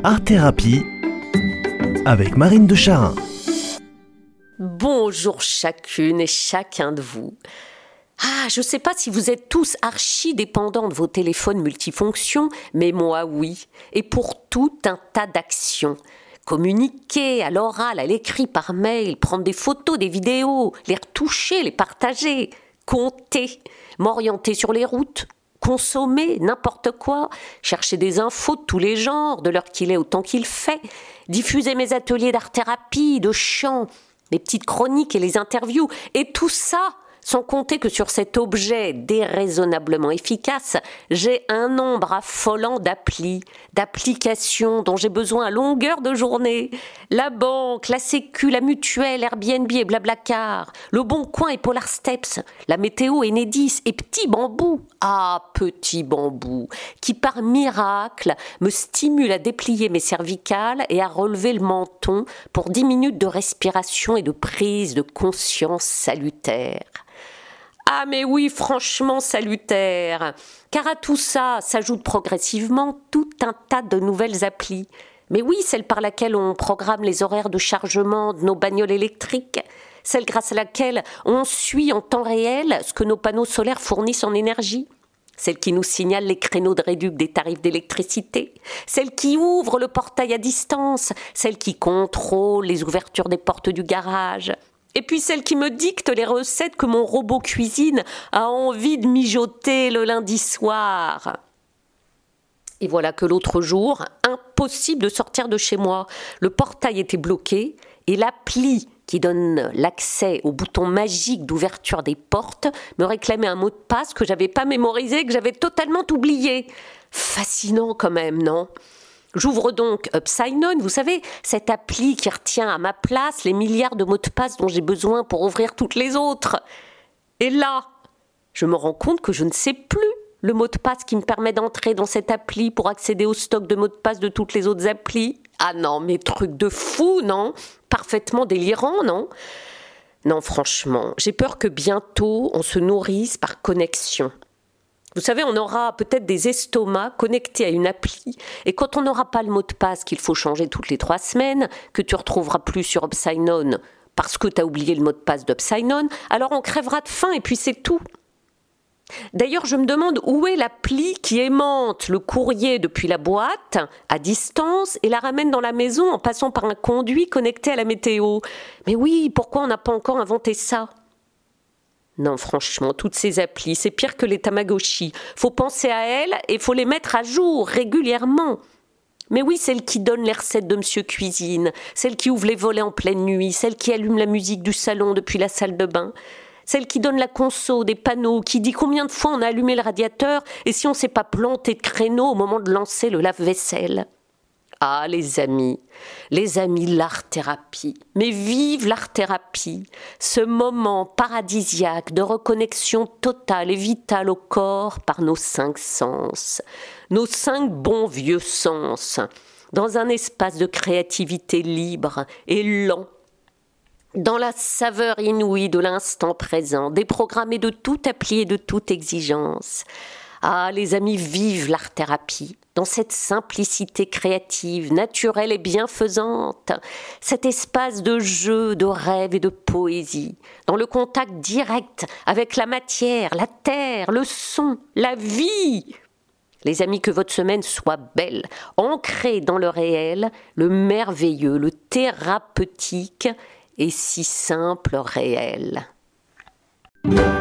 Art Thérapie avec Marine de Charin. Bonjour chacune et chacun de vous. Je ne sais pas si vous êtes tous archi-dépendants de vos téléphones multifonctions, mais moi oui, et pour tout un tas d'actions. Communiquer à l'oral, à l'écrit, par mail, prendre des photos, des vidéos, les retoucher, les partager, compter, m'orienter sur les routes, consommer n'importe quoi, chercher des infos de tous les genres, de l'heure qu'il est au temps qu'il fait, diffuser mes ateliers d'art-thérapie, de chant, mes petites chroniques et les interviews, et tout ça sans compter que sur cet objet déraisonnablement efficace, j'ai un nombre affolant d'applications dont j'ai besoin à longueur de journée. La banque, la sécu, la mutuelle, Airbnb et Blablacar, le Bon Coin et Polar Steps, la météo Enedis et Petit Bambou. Petit Bambou, qui par miracle me stimule à déplier mes cervicales et à relever le menton pour 10 minutes de respiration et de prise de conscience salutaire. Mais oui, franchement salutaire, car à tout ça s'ajoute progressivement tout un tas de nouvelles applis. Mais oui, celle par laquelle on programme les horaires de chargement de nos bagnoles électriques, celle grâce à laquelle on suit en temps réel ce que nos panneaux solaires fournissent en énergie, celle qui nous signale les créneaux de réduc des tarifs d'électricité, celle qui ouvre le portail à distance, celle qui contrôle les ouvertures des portes du garage. Et puis celle qui me dicte les recettes que mon robot cuisine a envie de mijoter le lundi soir. Et voilà que l'autre jour, impossible de sortir de chez moi. Le portail était bloqué et l'appli qui donne l'accès au bouton magique d'ouverture des portes me réclamait un mot de passe que j'avais pas mémorisé, que j'avais totalement oublié. Fascinant quand même, non ? J'ouvre donc UpSign-On, vous savez, cette appli qui retient à ma place les milliards de mots de passe dont j'ai besoin pour ouvrir toutes les autres. Et là, je me rends compte que je ne sais plus le mot de passe qui me permet d'entrer dans cette appli pour accéder au stock de mots de passe de toutes les autres applis. Non, mais truc de fou, non ? Parfaitement délirant, non ? Non, franchement, j'ai peur que bientôt on se nourrisse par connexion. Vous savez, on aura peut-être des estomacs connectés à une appli et quand on n'aura pas le mot de passe qu'il faut changer toutes les 3 semaines, que tu retrouveras plus sur UpSign-On parce que tu as oublié le mot de passe d'UpSign-On, alors on crèvera de faim et puis c'est tout. D'ailleurs, je me demande où est l'appli qui aimante le courrier depuis la boîte à distance et la ramène dans la maison en passant par un conduit connecté à la météo. Mais oui, pourquoi on n'a pas encore inventé ça ? Non, franchement, toutes ces applis, c'est pire que les Tamagotchi. Faut penser à elles et faut les mettre à jour régulièrement. Mais oui, celle qui donne les recettes de Monsieur Cuisine, celle qui ouvre les volets en pleine nuit, celle qui allume la musique du salon depuis la salle de bain, celle qui donne la conso des panneaux, qui dit combien de fois on a allumé le radiateur et si on ne s'est pas planté de créneau au moment de lancer le lave-vaisselle. Les amis, l'art-thérapie. Mais vive l'art-thérapie, ce moment paradisiaque de reconnexion totale et vitale au corps par nos 5 sens, nos 5 bons vieux sens, dans un espace de créativité libre et lent, dans la saveur inouïe de l'instant présent, déprogrammé de toute appli et de toute exigence. Les amis, vive l'art-thérapie, dans cette simplicité créative, naturelle et bienfaisante, cet espace de jeu, de rêve et de poésie, dans le contact direct avec la matière, la terre, le son, la vie. Les amis, que votre semaine soit belle, ancrée dans le réel, le merveilleux, le thérapeutique et si simple réel.